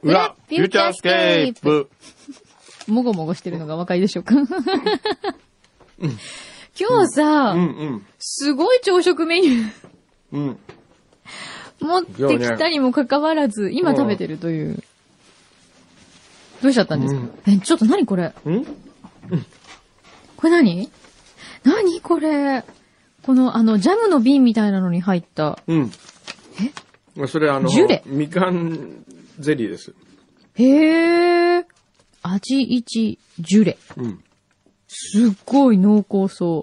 裏、フューチャースケープ。 もごもごしてるのがお分かりでしょうか今日さ、すごい朝食メニュー、持ってきたにもかかわらず、今食べてるという。どうしちゃったんですか？ちょっと何これ？これ何これ。この、ジャムの瓶みたいなのに入った。 それジュレ。 みかんゼリーです。 へー。味一ジュレ。すっごい濃厚そう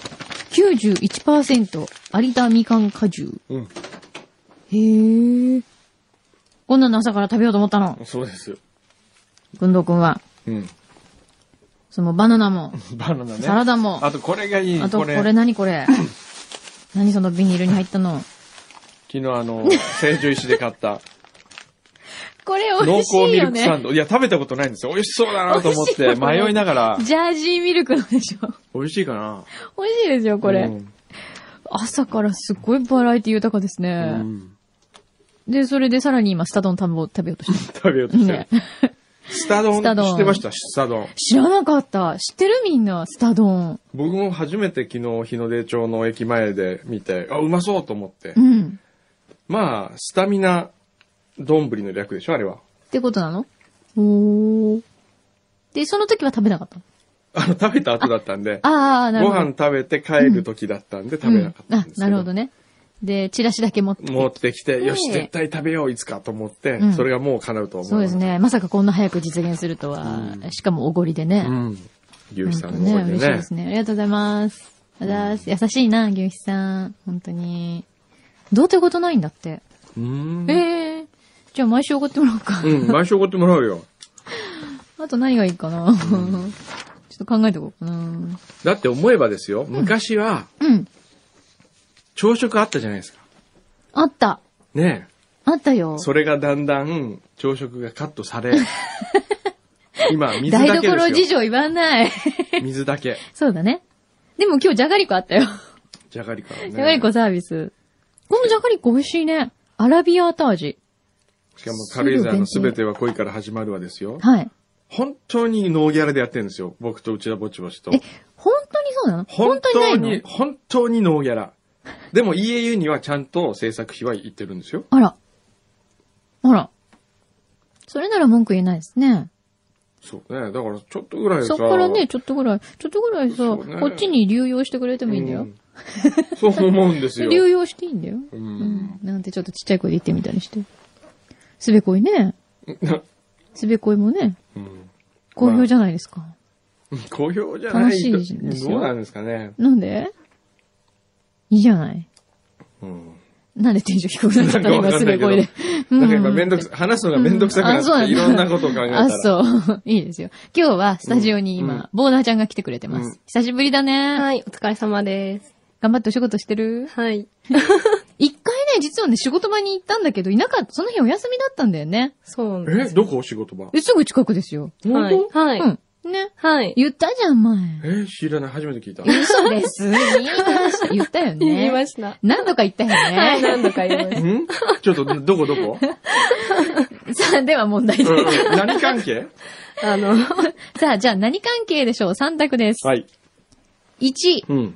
。91% 有田みかん果汁。へー。こんなの朝から食べようと思ったの？ そうですよ。 くんどうくんは。そのバナナも。 バナナね。 サラダも。 あとこれがいい。 あとこれ何これ。何そのビニールに入ったの？ 昨日成城石で買った。 これ美味しいよね。濃厚ミルクサンド。 いや、食べたことないんですよ。美味しそうだなと思って迷いながら。 ジャージーミルクのでしょ。 美味しいかな？ 美味しいですよ、これ。朝からすっごいバラエティ豊かですね。で、それでさらに今、スタ丼食べようとしてる。 食べようとしてる。スタ丼知ってました？スタ丼。 知らなかった。知ってるみんな、スタ丼。 僕も初めて昨日、日の出町の駅前で見て、あ、うまそうと思って。まあ、スタミナ丼の略でしょ、あれは。 ってことなの？おー。で、その時は食べなかったの？ 食べた後だったんで。 なるほど。 ご飯食べて帰る時だったんで食べなかったんですけど。 なるほどね。で、チラシだけ持ってきて、よし、絶対食べよう、いつかと思って、それがもう叶うと思う。 そうですね。まさかこんな早く実現するとは。しかもおごりでね。 牛肥さんのおごりでね。 嬉しいですね。ありがとうございます。優しいな、牛肥さん。本当に。どうってことないんだって。じゃあ毎週おごってもらおうか。 毎週おごってもらうよ。 あと何がいいかな。ちょっと考えておこうかな。 だって思えばですよ、昔は、朝食あったじゃないですか。 あった。 ねえ。 あったよ。 それがだんだん朝食がカットされ、今、水だけですよ。 台所事情言わない。 水だけ。 そうだね。でも今日じゃがりこあったよ。 じゃがりこね。 じゃがりこサービス。このじゃがりこ美味しいね。アラビアータ味。 しかも軽井沢のすべては恋から始まるわですよ。 はい。 本当にノーギャラでやってるんですよ。僕と内田ぼちぼちと。 本当にそうなの？ 本当にノーギャラ。でも EAU にはちゃんと制作費は言ってるんですよ。 あら。それなら文句言えないですね。 そうね。だからちょっとぐらいさ。 そっからね、ちょっとぐらいさ、こっちに流用してくれてもいいんだよ。 そう思うんですよ。 流用していいんだよ。なんてちょっとちっちゃい声で言ってみたりして。すべこいね。すべこいもね。好評じゃないですか。 好評じゃない。 楽しいですよ。 どうなんですかね。 なんで？いいじゃない。なんでテンション低くなっちゃったの今すべこいで。 なんか今話すのがめんどくさくなっていろんなことを考えたら。 そう。いいですよ。今日はスタジオに今、ボーダーちゃんが来てくれてます。久しぶりだね。 はい、お疲れ様です。 頑張ってお仕事してる？ はい。 一回ね、実はね、仕事場に行ったんだけど、いなかった。その日お休みだったんだよね。 そうなんです。 どこ仕事場？ すぐ近くですよ。 はい。はい。 ね。 はい。 言ったじゃん、前。 知らない。初めて聞いた。 嘘です。言ったよね。 言いました。 何度か言ったよね。 はい、何度か言いました。 ちょっと、どこさあ、では問題です。 何関係？ さあ、じゃあ何関係でしょう？ 3 択です。 はい。 1、フ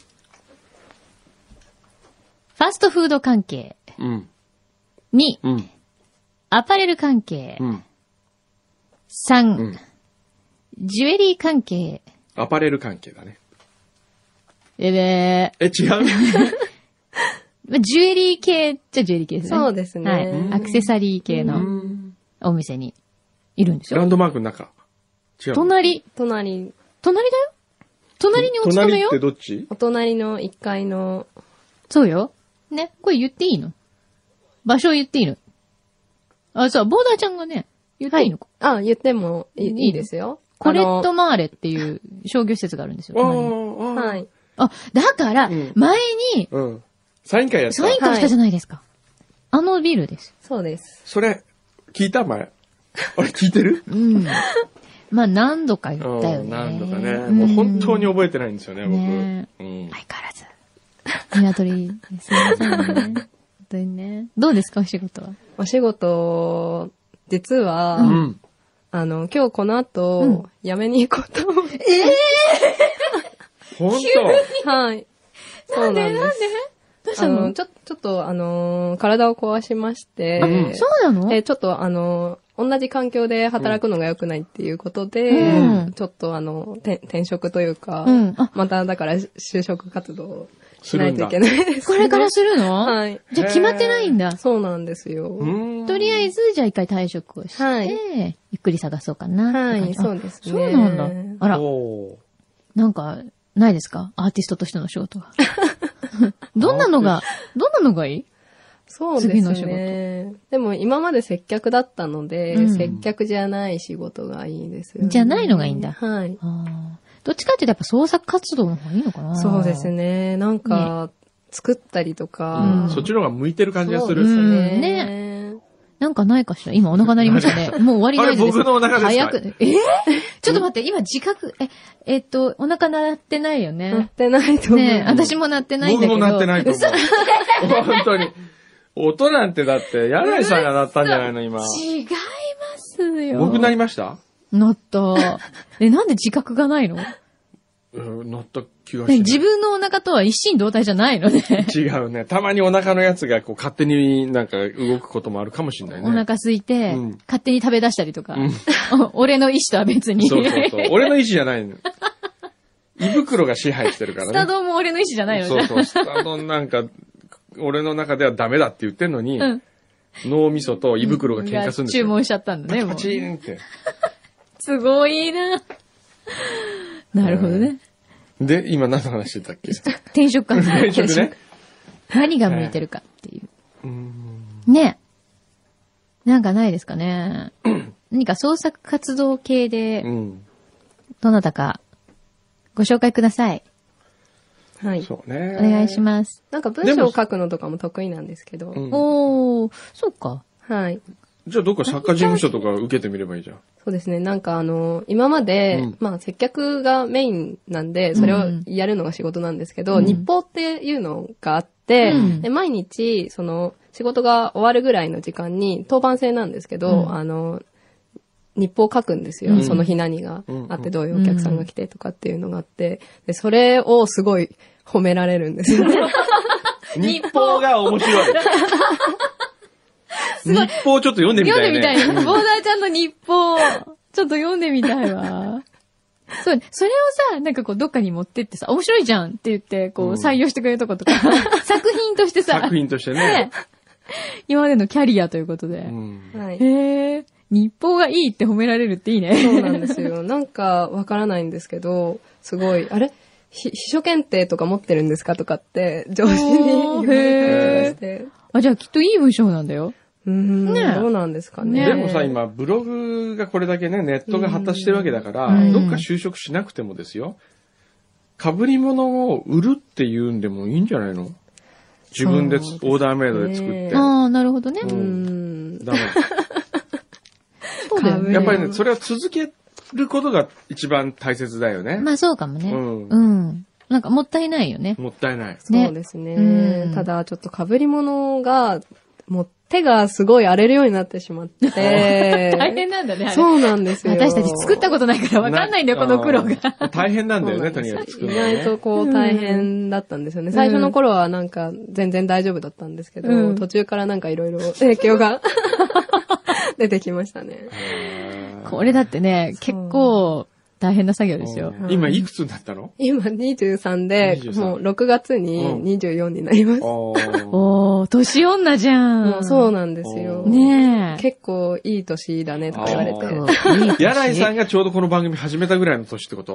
ァストフード関係。2、アパレル関係。3、ジュエリー関係。 アパレル関係だね。 違うジュエリー系じゃジュエリー系ですね。 そうですね。 はい。アクセサリー系のお店にいるんですよ。 ランドマークの中。違う。 隣だよ。隣にお勤めよ。 隣ってどっち？ お隣の1階の。 そうよ。ね。これ言っていいの？場所言っていいの？そう、ボーダーちゃんがね、言っていいのか。 言ってもいいですよ。 コレットマーレっていう商業施設があるんですよ。 はい。 だから、前に、 サイン会やった。 サイン会したじゃないですか。あのビルです。 そうです。 それ、聞いた前。あれ聞いてる？ まあ何度か言ったよね。 何度かね。もう本当に覚えてないんですよね、僕。 相変わらず。鶏すいませんね。本当にね。どうですか、お仕事は。 お仕事、 実は、今日この後、やめに行こうと思って。 本当？ はい。そうなんです。 どうしたの？ ちょっと、体を壊しまして、 そうなの？ ちょっと同じ環境で働くのが良くないっていうことで、ちょっと転職というか、まただから就職活動をしないといけないです、ね。 これからするの？ はい。 じゃあ決まってないんだ。 そうなんですよ。 とりあえず、じゃあ一回退職をして、ゆっくり探そうかな。 はい、そうですね。 そうなんだ。あら。なんか、ないですか？アーティストとしての仕事は。どんなのがいい？ そうですね。次の仕事。でも今まで接客だったので、接客じゃない仕事がいいですよね。 じゃないのがいいんだ。 はい。 どっちかっていうとやっぱ創作活動の方がいいのかな？ そうですね。なんか、作ったりとか、 そっちの方が向いてる感じがする。 そうですね。 ね。なんかないかしら？今お腹鳴りましたね。もう終わりの合図です。 あれ僕のお腹ですか？ 早く。ちょっと待って、今自覚、お腹鳴ってないよね。 鳴ってないと思う。 ね、私も鳴ってないんだけど。 僕も鳴ってないと思う。本当に。音なんてだって、柳井さんが鳴ったんじゃないの今。 違いますよ。 僕鳴りました？ 鳴った。なんで自覚がないの？ 鳴った気がして。 自分のお腹とは一心同体じゃないのね。 違うね。たまにお腹のやつがこう勝手になんか動くこともあるかもしれないね。 お腹空いて、勝手に食べ出したりとか。俺の意思とは別に。 そうそうそう。俺の意思じゃないの。胃袋が支配してるからね。 スタドも俺の意思じゃないのね。 そうそう。スタドなんか、俺の中ではダメだって言ってんのに、脳みそと胃袋が喧嘩するんですよ。 注文しちゃったんだね、 パチーンって。 すごいな。なるほどね。 で、今何の話してたっけ？ 転職活動。 転職ね。 何が向いてるかっていう。ね。なんかないですかね。何か創作活動系で、どなたかご紹介ください。 はい。 そうね。 お願いします。 なんか文章を書くのとかも得意なんですけど。 おー、そうか。 はい。 じゃあどっか作家事務所とか受けてみればいいじゃん。 そうですね。なんか今まで、まあ接客がメインなんで、それをやるのが仕事なんですけど、日報っていうのがあって、で毎日、仕事が終わるぐらいの時間に、当番制なんですけど、日報を書くんですよ。その日何があって、どういうお客さんが来てとかっていうのがあって、で、それをすごい褒められるんですよね。 日報が面白い。日報ちょっと読んでみたいね。 読んでみたい。ボーダーちゃんの日報、ちょっと読んでみたいわ。それをさ、なんかこう、どっかに持ってってさ、面白いじゃんって言って、こう、採用してくれるとことか、作品としてさ。 作品としてね。 今までのキャリアということで。へー。日報がいいって褒められるっていいね。 そうなんですよ。なんかわからないんですけど、すごい、あれ秘書検定とか持ってるんですかとかって、上司に言われたりして。 じゃあきっといい文章なんだよ。 ね、どうなんですかね。 でもさ、今、ブログがこれだけね、ネットが発達してるわけだから、どっか就職しなくてもですよ。被り物を売るっていうんでもいいんじゃないの？自分でオーダーメイドで作って。 ああ、なるほどね。 ダメ。そうだよね。やっぱりね、それを続けることが一番大切だよね。 まあそうかもね。なんかもったいないよね。 もったいない。 そうですね。ただ、ちょっと被り物が、もう手がすごい荒れるようになってしまって。 大変なんだね、あれ。 そうなんですよ。 私たち作ったことないからわかんないんだよ、この苦労が。 大変なんだよね、とにかく作るのね。 意外とこう大変だったんですよね。最初の頃はなんか全然大丈夫だったんですけど、途中からなんかいろいろ影響が出てきましたね。 これだってね、結構大変な作業ですよ。 今いくつになったの？ 今23で、もう6月に24になります。 おー、年女じゃん。 もうそうなんですよ。 ねえ。 結構いい年だねとか言われて。 柳井さんがちょうどこの番組始めたぐらいの年ってこと？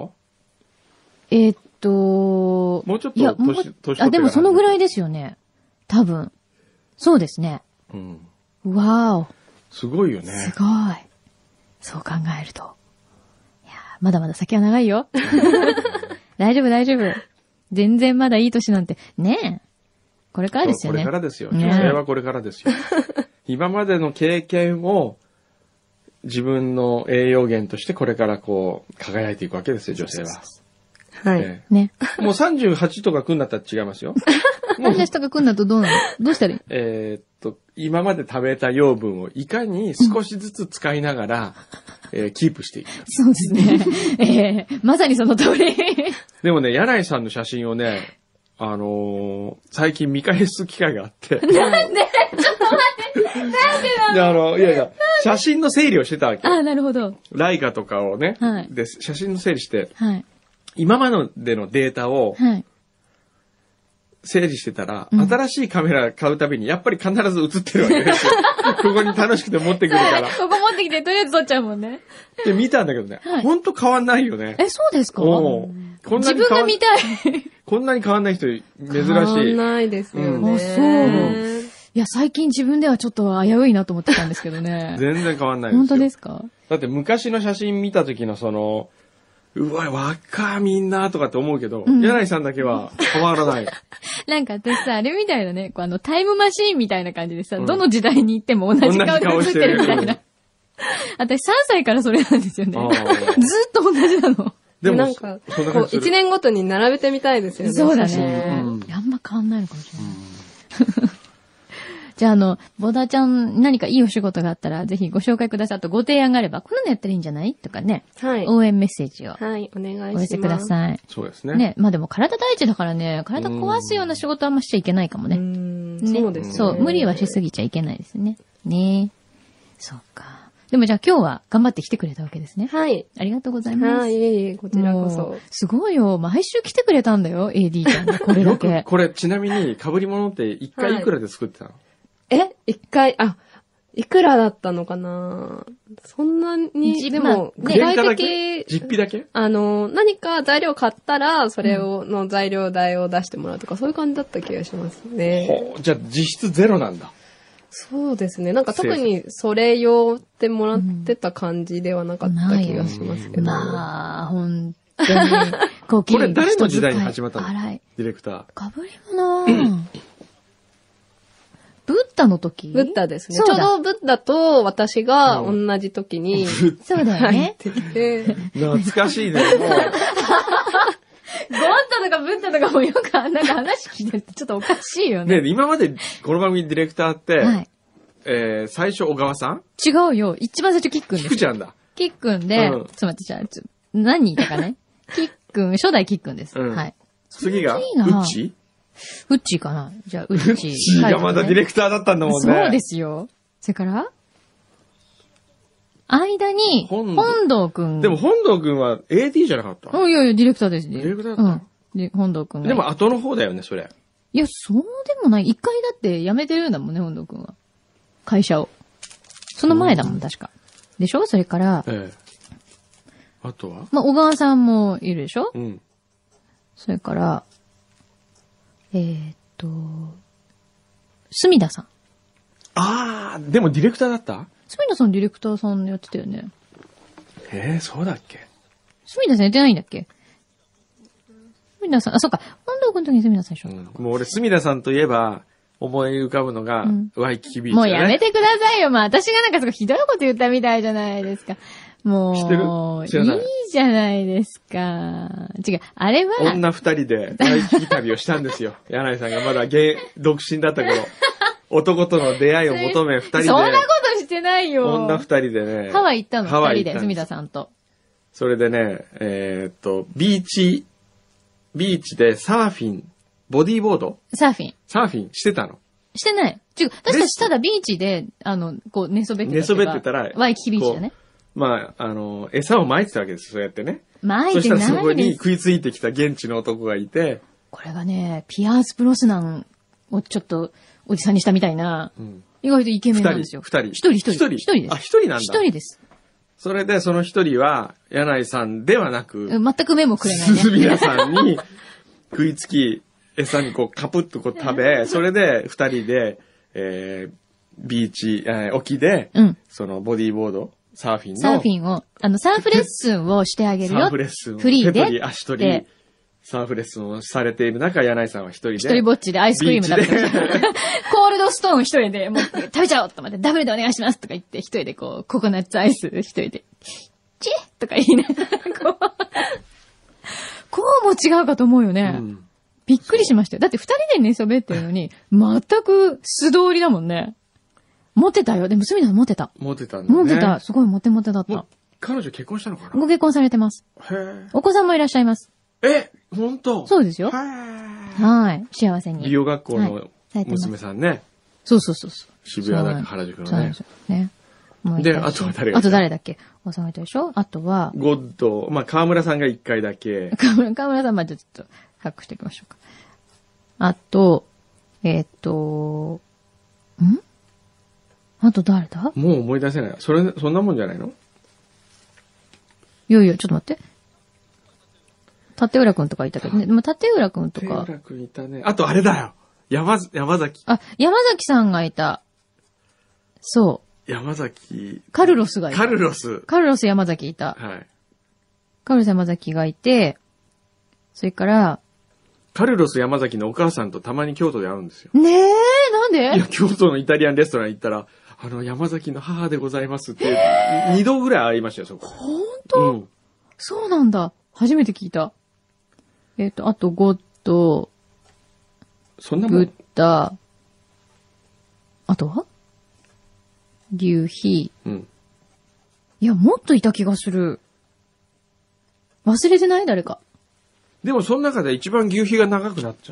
もうちょっと年でもそのぐらいですよね。多分。そうですね。わーお。 すごいよね。 すごい。そう考えると。まだまだ先は長いよ。大丈夫、大丈夫。全然まだいい年なんて。ねえ。これからですよね。 これからですよ。女性はこれからですよ。今までの経験を自分の栄養源としてこれからこう輝いていくわけですよ、女性は。 はい。 ね。 もう38とか来んなったら違いますよ。 38とか来んなとどうなの？どうしたらいい？ 今まで食べた養分をいかに少しずつ使いながら、キープしていく。 そうですね。まさにその通り。 でもね、柳井さんの写真をね、最近見返す機会があって。 なんでちょっと待って。なんでなの？ いやいや、写真の整理をしてたわけ。 あ、なるほど。 ライカとかをね、 はい、 で、写真の整理して、 はい、今までのデータを、整理してたら、新しいカメラ買うたびに、やっぱり必ず写ってるわけですよ。ここに楽しくて持ってくるから。 ここ持ってきて、とりあえず撮っちゃうもんね。 で、見たんだけどね、ほんと変わんないよね。 そうですか？自分が見たい。 こんなに変わんない人珍しい。変わんないですよね。 そう。いや、最近自分ではちょっと危ういなと思ってたんですけどね。 全然変わんないですよ。 本当ですか？ だって昔の写真見た時のうわ、若みんなとかって思うけど、柳井さんだけは変わらない。 なんか私さ、あれみたいなね、タイムマシーンみたいな感じでさ、どの時代に行っても同じ顔で写ってるみたいな。私3歳からそれなんですよね。ずっと同じなの。 でもなんか、1年ごとに並べてみたいですよね。 そうだね。あんま変わんないのかもしれない。じゃあボダちゃん何かいいお仕事があったらぜひご紹介ください。あとご提案があれば、こんなのやったらいいんじゃないとかね。はい。応援メッセージを。 はい、お願いします。 お寄せください。 そうですね。 ね。まあでも体第一だからね、体壊すような仕事はあんましちゃいけないかもね。 ね。そうですね。 そう、無理はしすぎちゃいけないですね。ね。そうか。でもじゃあ今日は頑張って来てくれたわけですね。 はい。 ありがとうございます。 はい、いえいえ、こちらこそ。 すごいよ。毎週来てくれたんだよ、AD ちゃんが。これだけ。 これちなみに被り物って一回いくらで作ってたの？ 一回、いくらだったのかな？そんなに、でも、具体的、 実費だけ？ 何か材料買ったら、それの材料代を出してもらうとか、そういう感じだった気がしますね。 じゃあ実質ゼロなんだ。 そうですね。なんか特にそれ用ってもらってた感じではなかった気がしますけど。 まあ、本当に、これ誰の時代に始まったの？ディレクター。 被り物ブッダの時？ ブッダですね。ちょうどブッダと私が同じ時に。 そうだよね。 懐かしいね。 ゴンタとかブッダとかもよくなんか話聞いてってちょっとおかしいよね。 ね、今までこの番組ディレクターって、最初小川さん？ 違うよ。一番最初キックンです。 キックちゃんだ。 キックンで、ちょっと待って、じゃあ、何人いたかね。キックン、初代キックンです。はい。 次が、ウッチ？ ウッチーかな？じゃあ、ウッチー。 ウッチーがまだディレクターだったんだもんね。 そうですよ。それから間に、本堂くん。 でも本堂くんは AD じゃなかった？ いやいや、ディレクターですね。 ディレクターだった？ で、本堂くんが。 でも後の方だよね、それ。 いや、そうでもない。一回だって辞めてるんだもんね、本堂くんは。会社を。その前だもん、確か。でしょ？それから。 あとは？ まあ、小川さんもいるでしょ？ うん。 それから、隅田さん。 でもディレクターだった？ 隅田さんディレクターさんやってたよね。 そうだっけ？ 隅田さんやってないんだっけ？隅田さん、そうか。本堂くんの時に隅田さんでしょ。 もう俺隅田さんといえば、思い浮かぶのが、ワイキキビーチ、 もうやめてくださいよ。まあ私がなんかすごいひどいこと言ったみたいじゃないですか。もう、いいじゃないですか。違う、あれは。 女二人でワイキキ旅をしたんですよ。柳井さんがまだ独身だった頃。男との出会いを求め二人で。 そんなことしてないよ。 女二人でね。 ハワイ行ったの二人で、隅田さんと。 それでね、ビーチでサーフィン、ボディーボード？サーフィンしてたの？ してない。確かただビーチで、こう寝そべってた。 寝そべってたら、 ワイキキビーチだね。 まあ、餌を撒いてたわけですよ、そうやってね。 撒いてないです。そしたらそこに食いついてきた現地の男がいて。 これがね、ピアース・ブロスナンをちょっとおじさんにしたみたいな、意外とイケメンなんですよ。 一人です。 一人です。 あ、一人なんだ。 一人です。 それで、その一人は、柳井さんではなく、 全く目もくれないね。 鈴宮さんに食いつき、餌にこう、カプッとこう食べ、それで二人で、ビーチ、沖で、そのボディーボード、サーフィンを、 サーフレッスンをしてあげるよ。 サーフレッスンを。 フリーで。 手取り足取り、サーフレッスンをされている中、柳井さんは一人で。 一人ぼっちでアイスクリーム食べてコールドストーン一人で、もう食べちゃおうと思って、ダブルでお願いしますとか言って、一人でこう、ココナッツアイス一人で、チェとか言いながら、こうも違うかと思うよね。 びっくりしましたよ。だって二人で寝そべってるのに、全く素通りだもんね。モテたよ。でも、隅田モテた。 モテたんだね。 モテた。すごいモテモテだった。 彼女結婚したのかな？ ご結婚されてます。 へえ。 お子さんもいらっしゃいます。 本当？ そうですよ。はい。幸せに。 美容学校の娘さんね。 そうそうそう。 渋谷だか原宿のね。 ね。 で、あとは誰があと誰だっけ？おさまいたでしょ？あとは。 ゴッド、まあ、河村さんが1回だけ。 河村さんまでちょっと隠しておきましょうか。あと、あと誰だ？ もう思い出せない。そんなもんじゃないの？ いやいや、ちょっと待って。立浦くんとかいたけどね。でも立浦くんとか。 立浦くんいたね。あとあれだよ。山崎。 あ、山崎さんがいた。そう。 山崎。 カルロスがいた。 カルロス山崎いた。 はい。 カルロス山崎がいて、それから、 カルロス山崎のお母さんとたまに京都で会うんですよ。 ねえ、なんで？ いや、京都のイタリアンレストラン行ったら、山崎の母でございますって、2度ぐらい会いましたよ、そこ。 ほんと？うん。そうなんだ。初めて聞いた。あと、ゴッド、 そんなもん。 ブッダ、あとは劉妃。 うん。 いや、もっといた気がする。忘れてない？誰か。 でも、その中で一番牛皮が長くなっちゃった？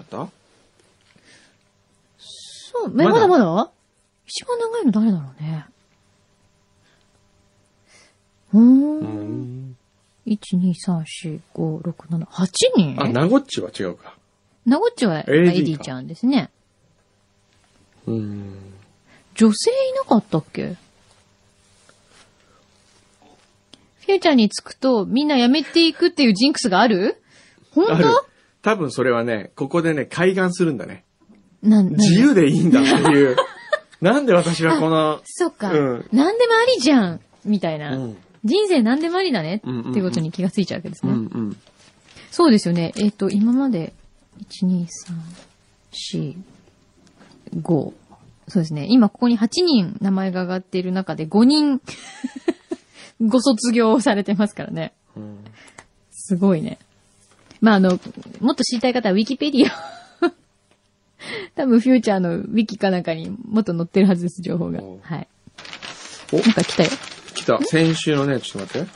そう、まだ一番長いの誰だろうね。1、2、3、4、5、6、7、8人？ あ、ナゴッチは違うか。 ナゴッチはエディちゃんですね。女性いなかったっけ？フューチャーに着くとみんな辞めていくっていうジンクスがある？本当？ 多分それはね、ここでね、開眼するんだね。 自由でいいんだっていう。なんで私はこの。 そっか、何でもありじゃんみたいな。人生何でもありだねっていうことに気がついちゃうわけですね。そうですよね。今まで、1、2、3、4、5。そうですね。今ここに8人名前が上がっている中で5人ご卒業されてますからね。すごいね。まあもっと知りたい方はウィキペディア多分フューチャーのウィキかなんかにもっと載ってるはずです、情報が。はい。なんか来たよ。 来た。先週のね、ちょっと待って。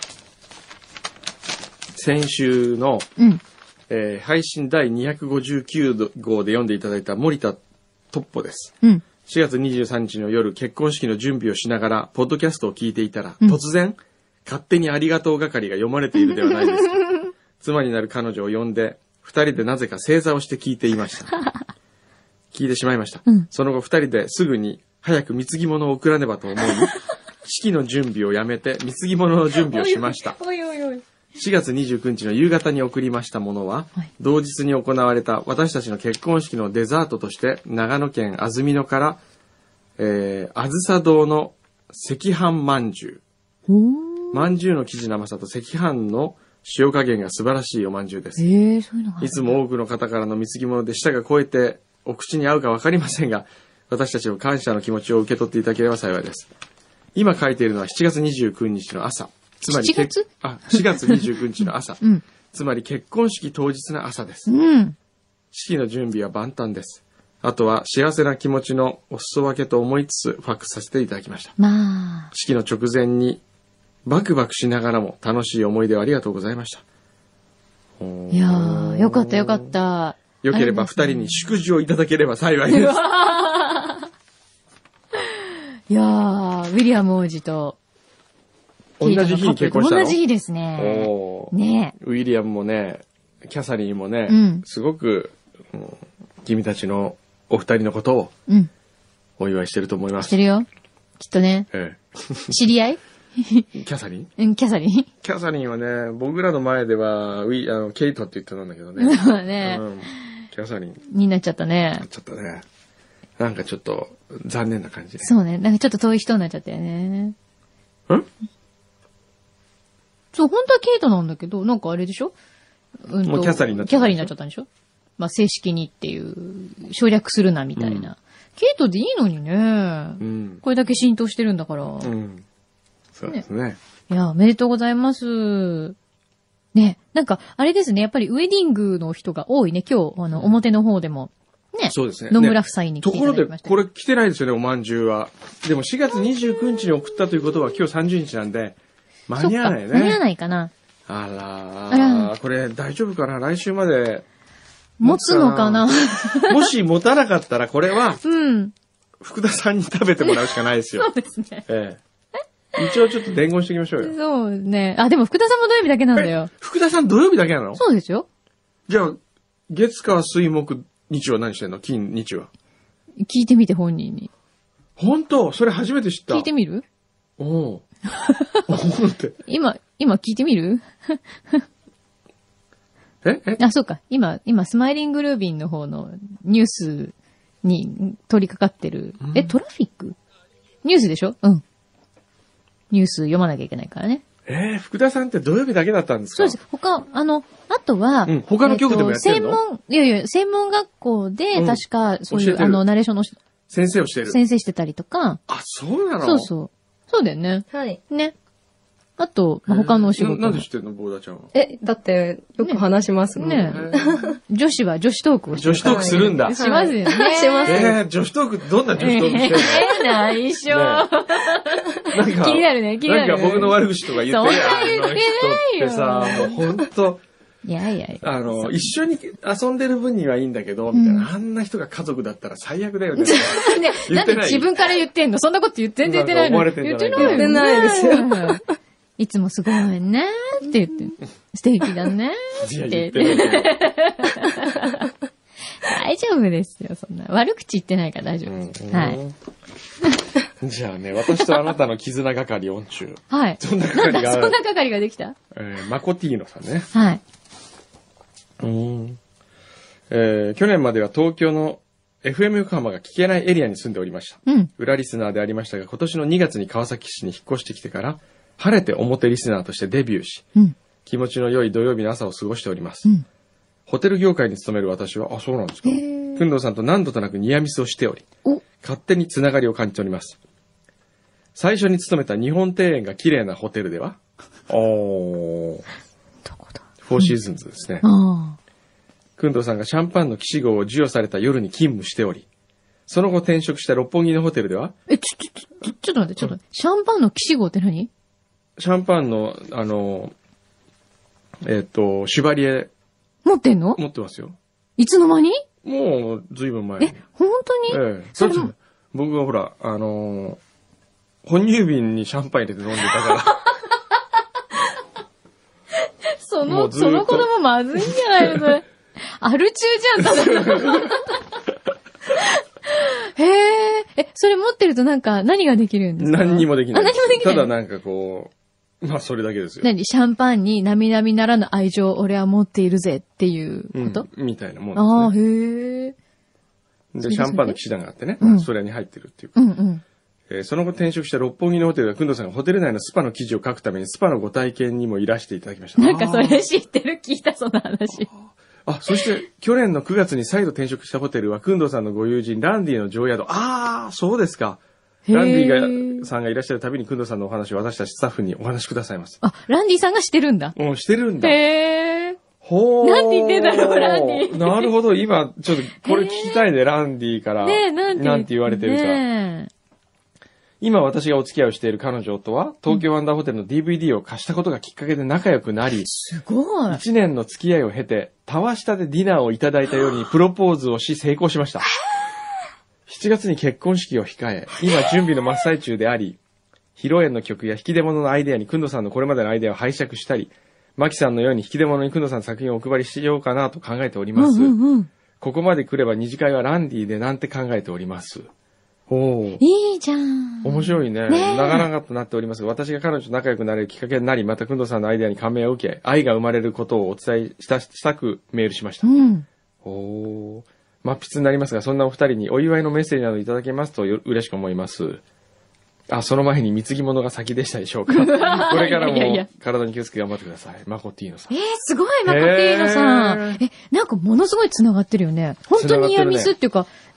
先週の、配信第259号で読んでいただいた森田トッポです。4月23日の夜、結婚式の準備をしながら、ポッドキャストを聞いていたら、突然、勝手にありがとう係が読まれているではないですか。妻になる彼女を呼んで、二人でなぜか正座をして聞いていました。聞いてしまいました。その後二人ですぐに早く貢ぎ物を送らねばと思い、式の準備をやめて貢ぎ物の準備をしました。4月29日の夕方に送りましたものは、同日に行われた私たちの結婚式のデザートとして、長野県安曇野から、あずさ堂の赤飯まんじゅう。まんじゅうの生地の甘さと赤飯の塩加減が素晴らしいおまんじゅうです。そういうのがいつも多くの方からの貢ぎ物で舌が肥えてお口に合うかわかりませんが、私たちの感謝の気持ちを受け取っていただければ幸いです。今書いているのは7月29日の朝。つまり4月29日の朝。つまり結婚式当日の朝です。式の準備は万端です。あとは幸せな気持ちのお裾分けと思いつつファックスさせていただきました。式の直前にバクバクしながらも楽しい思い出をありがとうございました。 いやー、よかったよかった。 よければ二人に祝辞をいただければ幸いです。 いやー、ウィリアム王子と同じ日に結婚したの？ 同じ日ですね。ねウィリアムもね、キャサリンもね、すごく、君たちのお二人のことをお祝いしてると思います。 してるよ。きっとね。知り合い？ キャサリン？ キャサリン？ キャサリンはね、僕らの前では、ケイトって言ってたんだけどね。キャサリン。 になっちゃったね。 なっちゃったね。なんかちょっと残念な感じで。 そうね。なんかちょっと遠い人になっちゃったよね。そう、本当はケイトなんだけど、なんかあれでしょ？ もうキャサリンになっちゃった。 キャサリンになっちゃったんでしょ？まあ正式にっていう、省略するなみたいな。ケイトでいいのにね。これだけ浸透してるんだから。 そうですね。 いや、おめでとうございます。 ね。なんか、あれですね。やっぱりウェディングの人が多いね。今日、表の方でも。ね。 そうですね。 野村夫妻に来ていただきました、 ところで、これ来てないですよね、おまんじゅうは。でも4月29日に送ったということは今日30日なんで、間に合わないね。 間に合わないかな。 あら、これ大丈夫かな、来週まで。 持つのかなもし持たなかったらこれは、 うん。 福田さんに食べてもらうしかないですよ。 そうですね。 一応ちょっと伝言しておきましょうよ。 そうね。あ、でも福田さんも土曜日だけなんだよ。 福田さん土曜日だけなの？ そうですよ。 じゃあ、月火水木日は何してんの？金日は。 聞いてみて本人に。 本当？それ初めて知った。 聞いてみる？ おお。って。 今聞いてみる？あ、そうか。今、スマイリングルービンの方のニュースに取り掛かってる。トラフィック？ニュースでしょ？うん。ニュース読まなきゃいけないからね。 福田さんって土曜日だけだったんですか？ そうです。あとは、 他の局でもやってるの？ 専門学校で、確か、そういう、ナレーションの先生をしてる。 先生してたりとか。 あ、そうなの？ そうそう。そうだよね。 はい。 ね。あと、他のお仕事。 なんで知ってんの、ボーダちゃんは。 だって、よく話しますもんね。 女子は女子トークをして女子トークするんだ。 しますよね。 します。 女子トーク、どんな女子トークしてんの？ 内緒。なんか、気になるね、気になる。 なんか僕の悪口とか言ってる。 そんな言ってないよ。 ってさ、もうほんと。 いやいや。 一緒に遊んでる分にはいいんだけど、みたいな。あんな人が家族だったら最悪だよね。 なんで自分から言ってんの？そんなこと全然言ってないの。 言ってないですよ。 いつもすごいねって言って、素敵だねって言って。大丈夫ですよ、そんな。悪口言ってないから大丈夫です。はい。 じゃあね、私とあなたの絆係4中。 はい。 そんな係が。 そんな係ができた？ マコティーノさんね。 はい。 去年までは東京の FM 横浜が聞けないエリアに住んでおりました。裏リスナーでありましたが、今年の2月に川崎市に引っ越してきてから、晴れて表リスナーとしてデビューし、気持ちの良い土曜日の朝を過ごしております。ホテル業界に勤める私は、そうなんですか。くんどうさんと何度となくニアミスをしており、勝手につながりを感じております。最初に勤めた日本庭園が綺麗なホテルでは、 どこだ？ フォーシーズンズですね。くんどうさんがシャンパンの騎士号を授与された夜に勤務しており、その後転職した六本木のホテルでは、 ちょっと待って。シャンパンの騎士号って何？ シャンパンの、シュバリエ。 持ってんの？ 持ってますよ。 いつの間に？ もう、ずいぶん前に。 本当に？ それも僕がほら、哺乳瓶にシャンパン入れて飲んでたから。 その子供まずいんじゃないのそれ。アル中じゃん、ただ。へえ。それ持ってるとなんか何ができるんですか？ 何にもできない。 何もできない。 ただなんかこう、それだけですよ。 シャンパンに並々ならぬ愛情を俺は持っているぜっていうこと？ みたいなもんですね。へえ。 で、シャンパンの騎士団があってね、それに入ってるっていう。その後転職した六本木のホテルで、くんどうさんがホテル内のスパの記事を書くためにスパのご体験にもいらしていただきました。 なんかそれ知ってる？聞いた、その話。 そして去年の9月に再度転職したホテルは、くんどうさんのご友人、ランディの常宿。そうですか。ランディさんがいらっしゃるたびに、くんどうさんのお話を私たちスタッフにお話しくださいます。 ランディさんがしてるんだ。 してるんだ。 へー。なんて言ってんだろう、ランディ。 なるほど、今、ちょっと、これ聞きたいね、ランディから。なんて言われてるか。今私がお付き合いをしている彼女とは、東京ワンダーホテルの DVD を貸したことがきっかけで仲良くなり、 すごい。 1年の付き合いを経て、タワシタでディナーをいただいた夜にプロポーズをし成功しました。7月に結婚式を控え、今準備の真っ最中であり、披露宴の曲や引き出物のアイデアにくんどさんのこれまでのアイデアを拝借したり、マキさんのように引き出物にくんどさんの作品をお配りしようかなと考えております。ここまで来れば二次会はランディでなんて考えております。 いいじゃん。 面白いね。長々となっておりますが、私が彼女と仲良くなれるきっかけになり、またくんどさんのアイデアに感銘を受け、愛が生まれることをお伝えしたくメールしました。真筆になりますが、そんなお二人にお祝いのメッセージなどいただけますと嬉しく思います。その前に貢ぎ物が先でしたでしょうか。これからも体に気をつけて頑張ってください。マコティーノさん。 すごい、マコティーノさん。なんかものすごい繋がってるよね。本当にニアミスっていうか、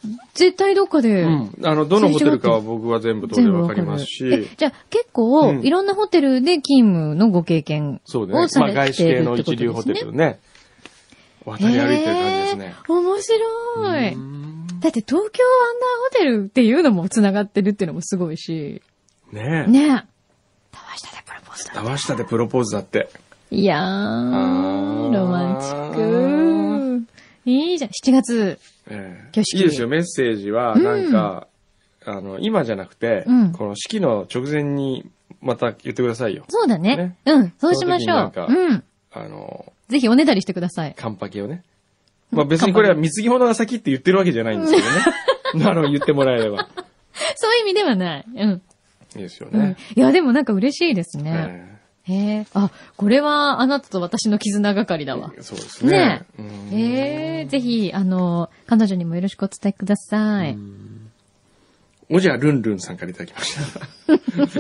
絶対どっかで。 どのホテルかは僕は全部当然わかりますし。 じゃあ結構、いろんなホテルで勤務のご経験そうね。 をされているってことですね。 外資系の一流ホテルね。渡り歩いてる感じですね。 面白い。だって東京アンダーホテルっていうのも繋がってるっていうのもすごいし。 ねえ。タワシタでプロポーズだって。 タワシタでプロポーズだって。 いやー、ロマンチック。いいじゃん。7月。挙式。 いいですよ、メッセージは、なんか、今じゃなくて、この式の直前にまた言ってくださいよ。 そうだね。そうしましょう。ぜひおねだりしてください。 カンパケをね。まあ別にこれは貢ぎ物が先って言ってるわけじゃないんですけどね。言ってもらえれば。 そういう意味ではない。 いいですよね。 いや、でもなんか嬉しいですね。これはあなたと私の絆がかりだわ。 そうですね。 ぜひ、彼女にもよろしくお伝えください。 おじゃルンルンさんからいただきました。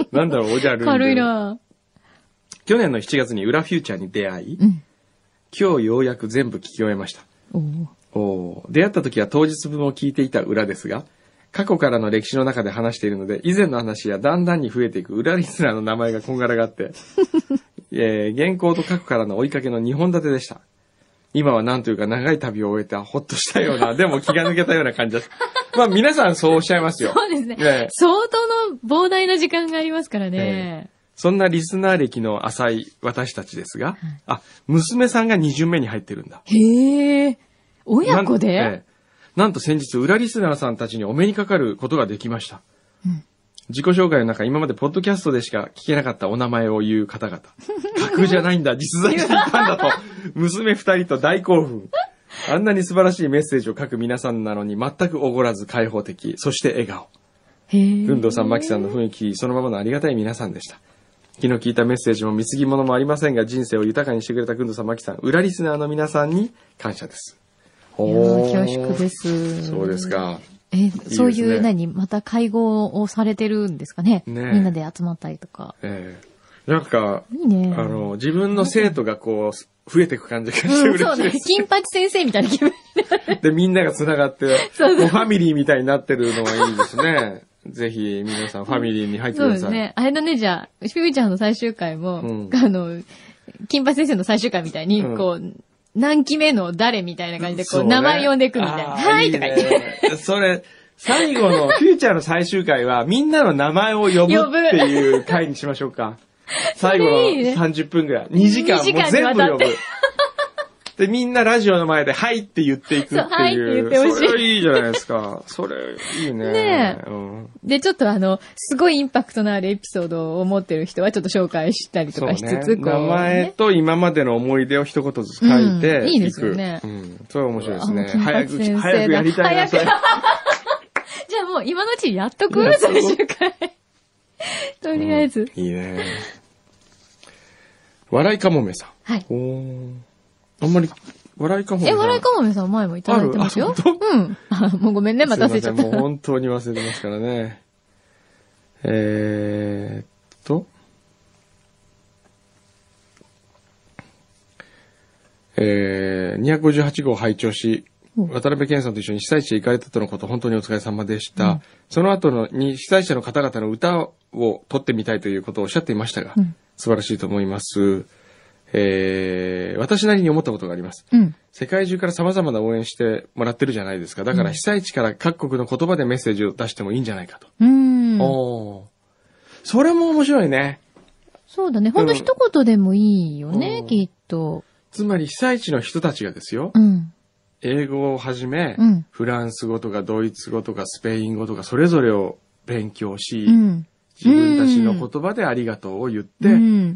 なんだろう、おじゃルンルン。 軽いな。 去年の7月に裏フューチャーに出会い、今日ようやく全部聞き終えました。出会った時は当日分を聞いていた裏ですが、過去からの歴史の中で話しているので、以前の話やだんだんに増えていく裏リスナーの名前がこんがらがって、原稿と過去からの追いかけの2本立てでした。今はなんというか長い旅を終えたほっとしたような、でも気が抜けたような感じです。まあ皆さんそうおっしゃいますよ。 そうですね。相当の膨大な時間がありますからね。 そんなリスナー歴の浅い私たちですが、娘さんが2巡目に入ってるんだ。 へえ。親子でなんと先日、裏リスナーさんたちにお目にかかることができました。自己紹介の中、今までポッドキャストでしか聞けなかったお名前を言う方々。架空じゃないんだ、実在していたんだと、娘2人と大興奮。あんなに素晴らしいメッセージを書く皆さんなのに全くおごらず開放的、そして笑顔。ルンドさん、マキさんの雰囲気、そのままのありがたい皆さんでした。昨日聞いたメッセージも貢ぎ物もありませんが、人生を豊かにしてくれたグンドさん、マキさん、裏リスナーの皆さんに感謝です。 恐縮です。 そうですか。 そういうまた会合をされてるんですかね。みんなで集まったりとか。 なんか、 いいね。 自分の生徒がこう、増えていく感じがして嬉しいです。そうね。 金八先生みたいな気分で、みんなが繋がって、ファミリーみたいになってるのはいいですね。ぜひ、皆さんファミリーに入ってください。 そうですね。あれだね、じゃあ、フューチャーの最終回も、金八先生の最終回みたいに、こう、何期目の誰みたいな感じで、こう、名前呼んでいくみたいな。はいとか言って。 それ、最後の、フューチャーの最終回は、みんなの名前を呼ぶっていう回にしましょうか。最後の30分ぐらい。2時間もう全部呼ぶ。で、みんなラジオの前で、はいって言っていくっていう。 はいって言ってほしい。 それいいじゃないですか。それ、いいね。 ねえ。で、ちょっとすごいインパクトのあるエピソードを持ってる人はちょっと紹介したりとかしつつ、 名前と今までの思い出を一言ずつ書いていく。 いいですよね。 それ面白いですね。早くやりたいな、それ。 じゃあもう今のうちにやっとく最終回。とりあえず。 いいね。笑いかもめさん。 はい。 あんまり、笑いかもめさん。 笑いかもめさん前もいただいてますよ。もうごめんね、待たせちゃった。 もう本当に忘れてますからね。258号拝聴し、渡辺健さんと一緒に被災地へ行かれたとのこと、本当にお疲れ様でした。その後に被災者の方々の歌を撮ってみたいということをおっしゃっていましたが、素晴らしいと思います。私なりに思ったことがあります。世界中から様々な応援してもらってるじゃないですか。だから被災地から各国の言葉でメッセージを出してもいいんじゃないかと。それも面白いね。 そうだね。ほんと一言でもいいよね、きっと。 つまり被災地の人たちがですよ。英語をはじめ、フランス語とかドイツ語とかスペイン語とかそれぞれを勉強し、自分たちの言葉でありがとうを言って、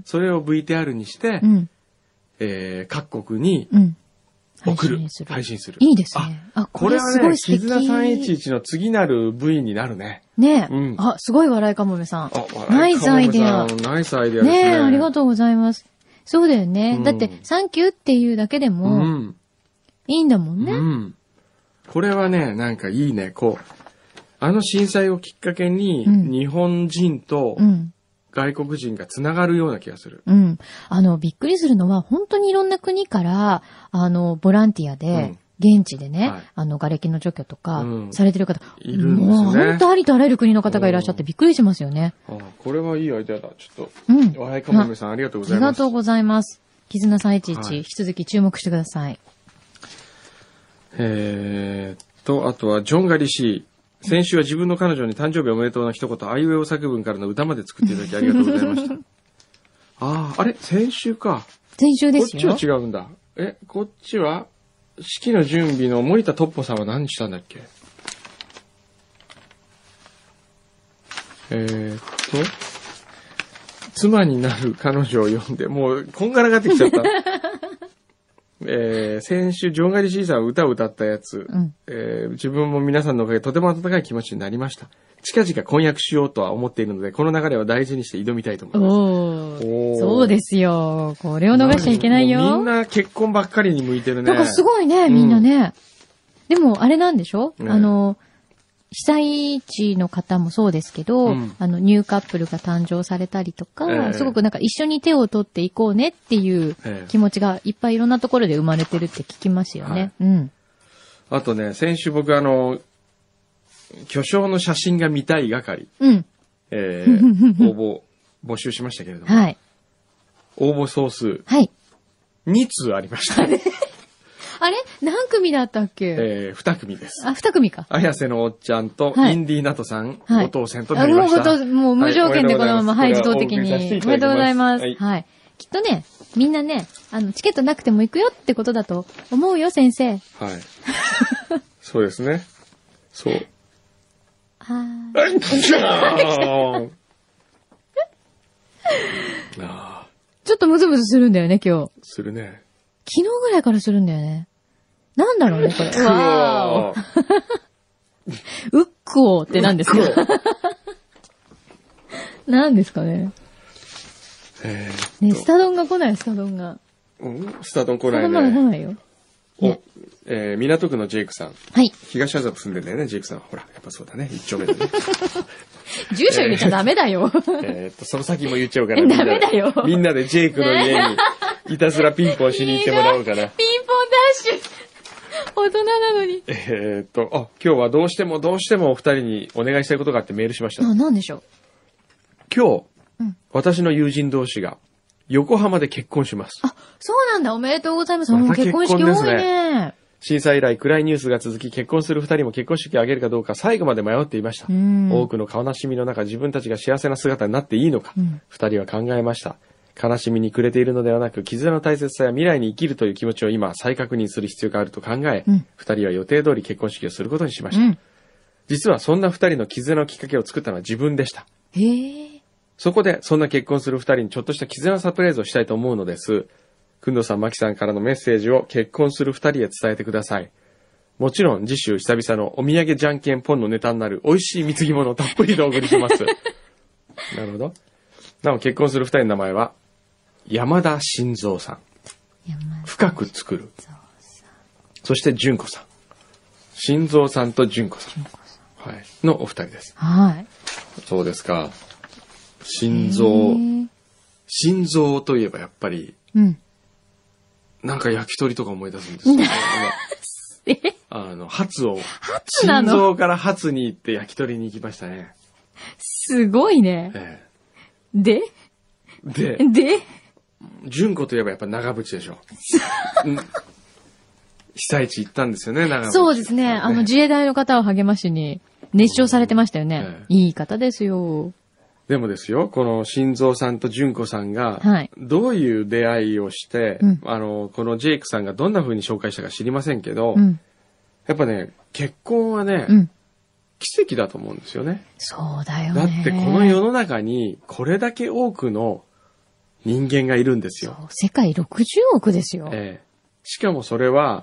それを VTR にして、各国に送る。配信する。 いいですね。 これはね、絆311の次なる V になるね。 ねえ。すごい笑いかもめさん。ナイスアイデア。 ナイスアイデアですね。 ねえ、ありがとうございます。そうだよね。だって、サンキューっていうだけでも、いいんだもんね。 これはね、なんかいいね。震災をきっかけに、日本人と外国人がつながるような気がする。 びっくりするのは、本当にいろんな国から、ボランティアで現地でね、 はい瓦礫の除去とかうんされてる方、 いるんですねもう本当ありとあらゆる国の方がいらっしゃってびっくりしますよね。 あ、これはいいアイデアだ。ちょっと、 うん。 おはいかもめさんありがとうごありざいます。 がとうございます。絆311、 はい引き続き注目してください。 あとは、ジョンガリシー。先週は自分の彼女に誕生日おめでとうの一言、あいうえお作文からの歌まで作っていただきありがとうございました。あれ先週か。 先週ですよ。 こっちは違うんだ。こっちは、式の準備の森田トッポさんは何したんだっけ？妻になる彼女を呼んで、もう、こんがらがってきちゃった。先週、ジョンガリシーさんは歌を歌ったやつ、自分も皆さんのおかげでとても温かい気持ちになりました。近々婚約しようとは思っているので、この流れを大事にして挑みたいと思います。 おー。そうですよ。これを逃しちゃいけないよ。 みんな結婚ばっかりに向いてるね。 なんかすごいね、みんなね。でも、あれなんでしょ、 ね被災地の方もそうですけど、ニューカップルが誕生されたりとか、すごくなんか一緒に手を取っていこうねっていう気持ちがいっぱいいろんなところで生まれてるって聞きますよね。 はいうん。 あとね、先週僕巨匠の写真が見たい係、 うん。 募集しましたけれども、 はい。 応募総数はい。 2通ありました。 あれ何組だったっけ、 2組です。 あ、2組か。 綾瀬のおっちゃんと、 はいインディーナトさん、 はいご当選となりました。 もう無条件でこのまま、はい、自動的に。 これはお送りさせていただきますおめでとうございます。 はいはい。きっとね、みんなね、チケットなくても行くよってことだと思うよ、先生。 はい。そうですね。そう。 ちょっとムズムズするんだよね、今日。 するね。 昨日ぐらいからするんだよね。なんだろうね、これ。わーお。うっこーって何ですか？何ですかね。ね、スタドンが来ない、スタドンが。 スタドン来ないね。 スタドンまだ来ないよ。 港区のジェイクさん。 はい。 東麻布住んでんだよね、ジェイクさん。ほら、やっぱそうだね。一丁目だね。 住所入れちゃダメだよ。 その先も言っちゃおうかな。 ダメだよ。 みんなでジェイクの家に、いたずらピンポンしに行ってもらおうかな。 ピンポンダッシュ。大人なのに。 今日はどうしてもお二人にお願いしたいことがあってメールしました。 なんでしょう。 今日、私の友人同士が横浜で結婚します。 あ、そうなんだ。おめでとうございます。もう結婚式多いね。 震災以来暗いニュースが続き、結婚する二人も結婚式を挙げるかどうか最後まで迷っていました。多くの悲しみの中、自分たちが幸せな姿になっていいのか、二人は考えました。悲しみに暮れているのではなく、絆の大切さや未来に生きるという気持ちを今再確認する必要があると考え、二人は予定通り結婚式をすることにしました。実はそんな二人の絆のきっかけを作ったのは自分でした。そこで、そんな結婚する二人にちょっとした絆サプライズをしたいと思うのです。くんどさん、まきさんからのメッセージを結婚する二人へ伝えてください。もちろん、次週久々のお土産じゃんけんポンのネタになる美味しい貢ぎ物をたっぷりとお送りします。なるほど。なお、結婚する二人の名前は、山田晋三さん。深く作る。そして、純子さん。晋三さんと純子さん。はい。のお二人です。 はい。 そうですか。心臓といえばやっぱり、なんか焼き鳥とか思い出すんですよ、ね。ハツを、心臓からハツに行って焼き鳥に行きましたね。 すごいね。で、 純子といえばやっぱ長渕でしょ。被災地行ったんですよね、長渕。 そうですね。自衛隊の方を励ましに熱唱されてましたよね。いい方ですよ。 でもですよ、この心臓さんと純子さんが、どういう出会いをして、このジェイクさんがどんな風に紹介したか知りませんけど、やっぱね、結婚はね、奇跡だと思うんですよね。 そうだよね。 だってこの世の中にこれだけ多くの人間がいるんですよ。 世界60億ですよ。 しかもそれは、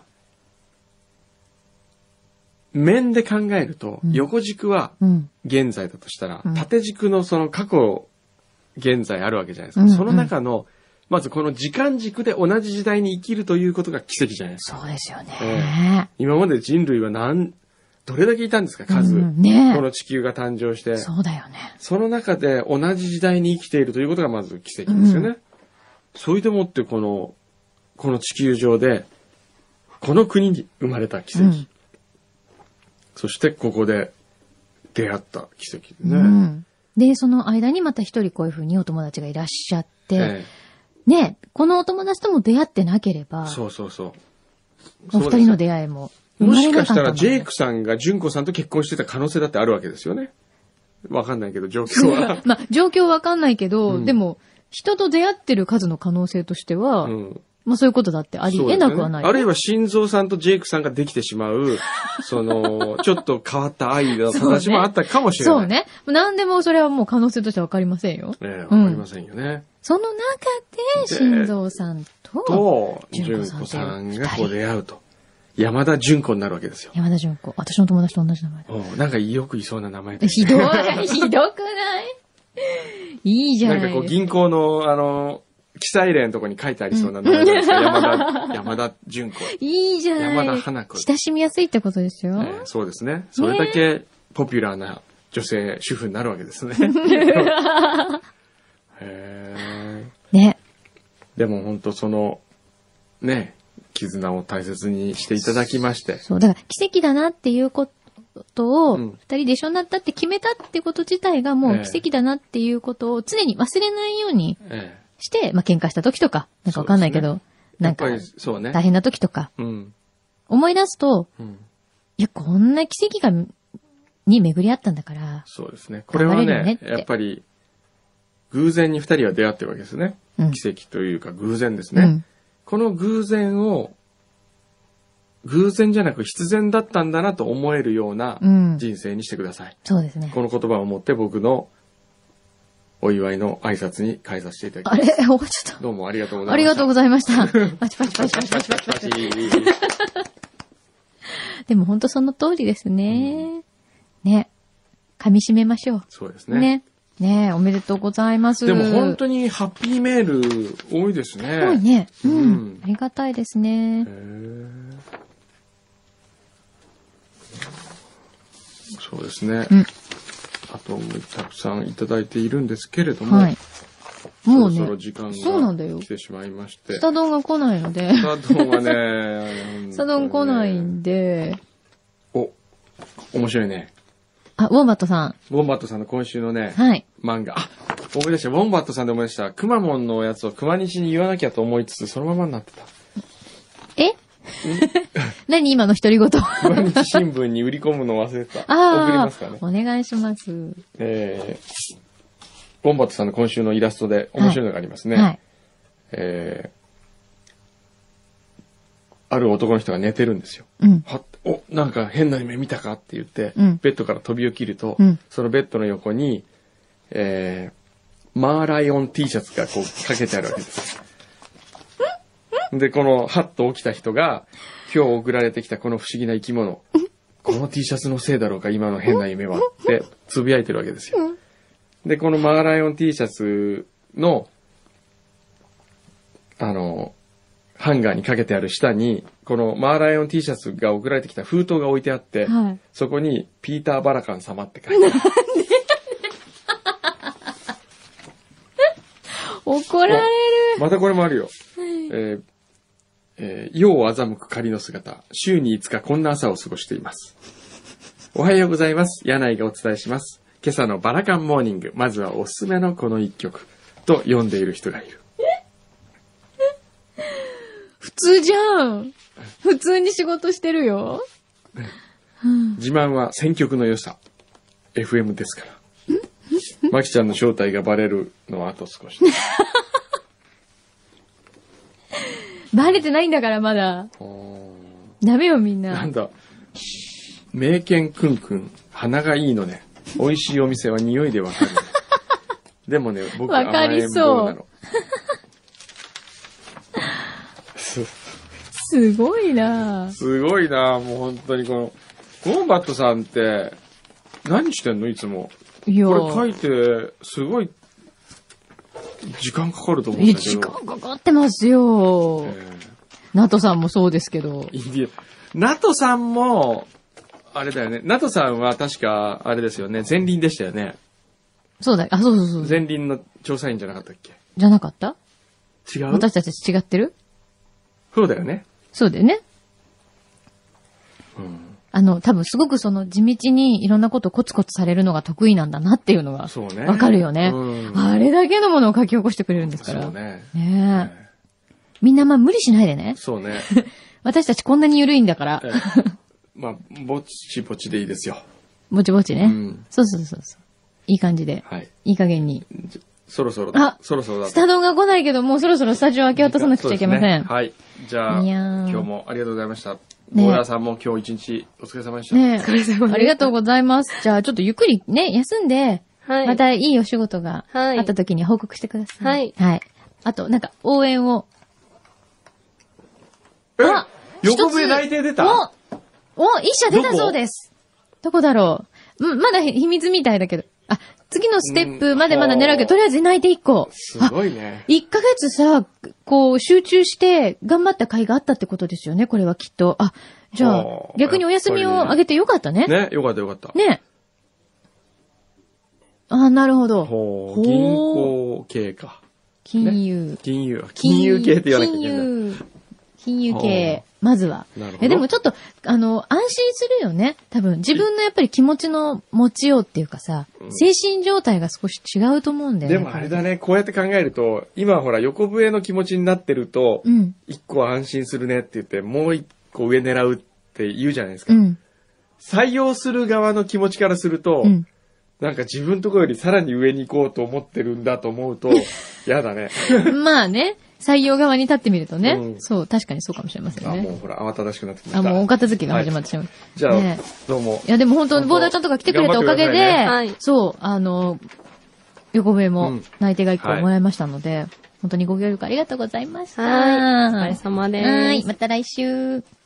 面で考えると、横軸は現在だとしたら、縦軸のその過去、現在あるわけじゃないですか。その中の、まずこの時間軸で同じ時代に生きるということが奇跡じゃないですか。 そうですよね。 今まで人類はどれだけいたんですか、数。この地球が誕生して。 そうだよね。 その中で同じ時代に生きているということがまず奇跡ですよね。それでもってこの地球上で、 この国に生まれた奇跡。うん、そしてここで出会った奇跡ね。うん、 で、その間にまた一人こういう風にお友達がいらっしゃって、ね、このお友達とも出会ってなければ、 そうそうそう。 お二人の出会いも生もまれなかったもんね。 しかしたらジェイクさんが純子さんと結婚してた可能性だってあるわけですよね。わかんないけど、状況は。 まあ、状況わかんないけど、でも、人と出会ってる数の可能性としては、まあそういうことだってありえなくはない、 ね。あるいは心臓さんとジェイクさんができてしまう、ちょっと変わった愛の形もあったかもしれない。 そうね。なんでもそれはもう可能性としてはわかりませんよ。 わかりませんよね。 その中で、心臓さんと、 純子さんがこう出会うと。山田純子になるわけですよ。 山田純子。私の友達と同じ名前だ。 なんかよくいそうな名前で、ね。 ひどくないいいじゃない。 なんかこう銀行の記載例のとこに書いてありそうな名前ですか、山田純子。 いいじゃない。 山田花子。 親しみやすいってことですよ。 そうですね。それだけポピュラーな女性主婦になるわけですね。 ね。 でも本当ね、絆を大切にしていただきまして。 そう、だから奇跡だなっていうことを、二人で一緒になったって決めたってこと自体がもう奇跡だなっていうことを常に忘れないようにして、まあ喧嘩した時とか、なんかわかんないけど、なんか大変な時とか、思い出すと、いや、こんな奇跡に巡り合ったんだから。 そうですね。これはね、やっぱり偶然に二人は出会ってるわけですね。奇跡というか偶然ですね。この偶然を、偶然じゃなく必然だったんだなと思えるような人生にしてください。 そうですね。 この言葉を持って僕のお祝いの挨拶に変えさせていただきます。 あれちょっと。 どうもありがとうございました。 ありがとうございました。パチパチパチパチパチパチパチ。でも本当その通りですね。ね。噛み締めましょう。 そうですね。 ねえ、おめでとうございます。 でも本当にハッピーメール多いですね。 多いね。ありがたいですね。 そうですね。あとたくさんいただいているんですけれども、もうね、そろそろ時間が来てしまいまして。 スタ丼が来ないので。 スタ丼はね、 スタ丼来ないんで。 面白いね。 ウォンバットさん。 ウォンバットさんの今週のね、漫画。思い出した。ウォンバットさんで思い出した。くまモンのやつを熊西に言わなきゃと思いつつ、そのままになってた。 何今の独り言。 熊西新聞に売り込むの忘れてた。送りますかね。 お願いします。 ウォンバットさんの今週のイラストで面白いのがありますね。ある男の人が寝てるんですよ。なんか変な夢見たかって言って、ベッドから飛び起きると、そのベッドの横に、マーライオン T シャツがこうかけてあるわけです。で、このハッと起きた人が、今日送られてきたこの不思議な生き物、この T シャツのせいだろうか、今の変な夢はってつぶやいてるわけですよ。で、このマーライオン T シャツの、ハンガーにかけてある下に、このマーライオン T シャツが送られてきた封筒が置いてあって、そこにピーター・バラカン様って書いてある。 怒られる。 またこれもあるよ。夜を欺く仮の姿。週に5日こんな朝を過ごしています。おはようございます。柳井がお伝えします。今朝のバラカンモーニング。まずはおすすめのこの一曲。と読んでいる人がいる。 普通じゃん。普通に仕事してるよ。 自慢は選曲の良さ。FM ですから。マキちゃんの正体がバレるのはあと少し。 バレてないんだからまだ。ダメよみんな。 なんだ。名犬くんくん、鼻がいいのね。美味しいお店は匂いでわかる。でもね、僕は甘えん坊なの。 すごいな。 すごいな。もう本当にウォンバットさんって何してんのいつも。これ書いてすごい時間かかると思うんだけど。 時間かかってますよ。ナトさんもそうですけど。 ナトさんもあれだよね。ナトさんは確かあれですよね。前輪でしたよね。 そうだ。そうそうそう。 前輪の調査員じゃなかったっけ？ じゃなかった？ 違う？ 私たち違ってる？ そうだよね。 そうだよね。 多分すごくその地道にいろんなことをコツコツされるのが得意なんだなっていうのがわかるよね。あれだけのものを書き起こしてくれるんですから。 そうね。 ねえ。みんな無理しないでね。 そうね。 私たちこんなに緩いんだから。 ぼちぼちでいいですよ。 ぼちぼちね。そうそう。いい感じで。 はい。 いい加減に。 そろそろだ。 スタドが来ないけど、もうそろそろスタジオ明け渡さなくちゃいけません。 はい。じゃあ、今日もありがとうございました。ボーラーさんも今日一日お疲れ様でした。 ねえ。お疲れ様です。ありがとうございます。じゃあちょっとゆっくりね、休んで、またいいお仕事があった時に報告してください。はい。あと、応援を。 横笛内定出た？ 一社出たそうです。どこだろう。まだ秘密みたいだけど。次のステップまでまだ狙うけど、とりあえず内定1個。 すごいね。 1ヶ月さ、集中して頑張った甲斐があったってことですよね、これはきっと。じゃあ、逆にお休みをあげてよかったね。 ね、よかった。 ね。なるほど。 銀行系か。 金融系って言わなきゃいけない。 金融系。まずは。でもちょっと、安心するよね。多分、自分のやっぱり気持ちの持ちようっていうかさ、精神状態が少し違うと思うんだよね。 でもあれだね、こうやって考えると、今ほら、横笛の気持ちになってると、一個は安心するねって言って、もう一個上狙うって言うじゃないですか。採用する側の気持ちからすると、なんか自分のところよりさらに上に行こうと思ってるんだと思うと、やだね。 まあね。採用側に立ってみるとね。そう、確かにそうかもしれませんね。 もうほら、慌ただしくなってきました。 もうお片付けが始まってしまう。 じゃあ、どうも。 いや、でも本当にボーダーちゃんとか来てくれたおかげで、そう、横笛も内定が1個もらいましたので、本当にご協力ありがとうございました。 はい。お疲れ様です。 はい。また来週。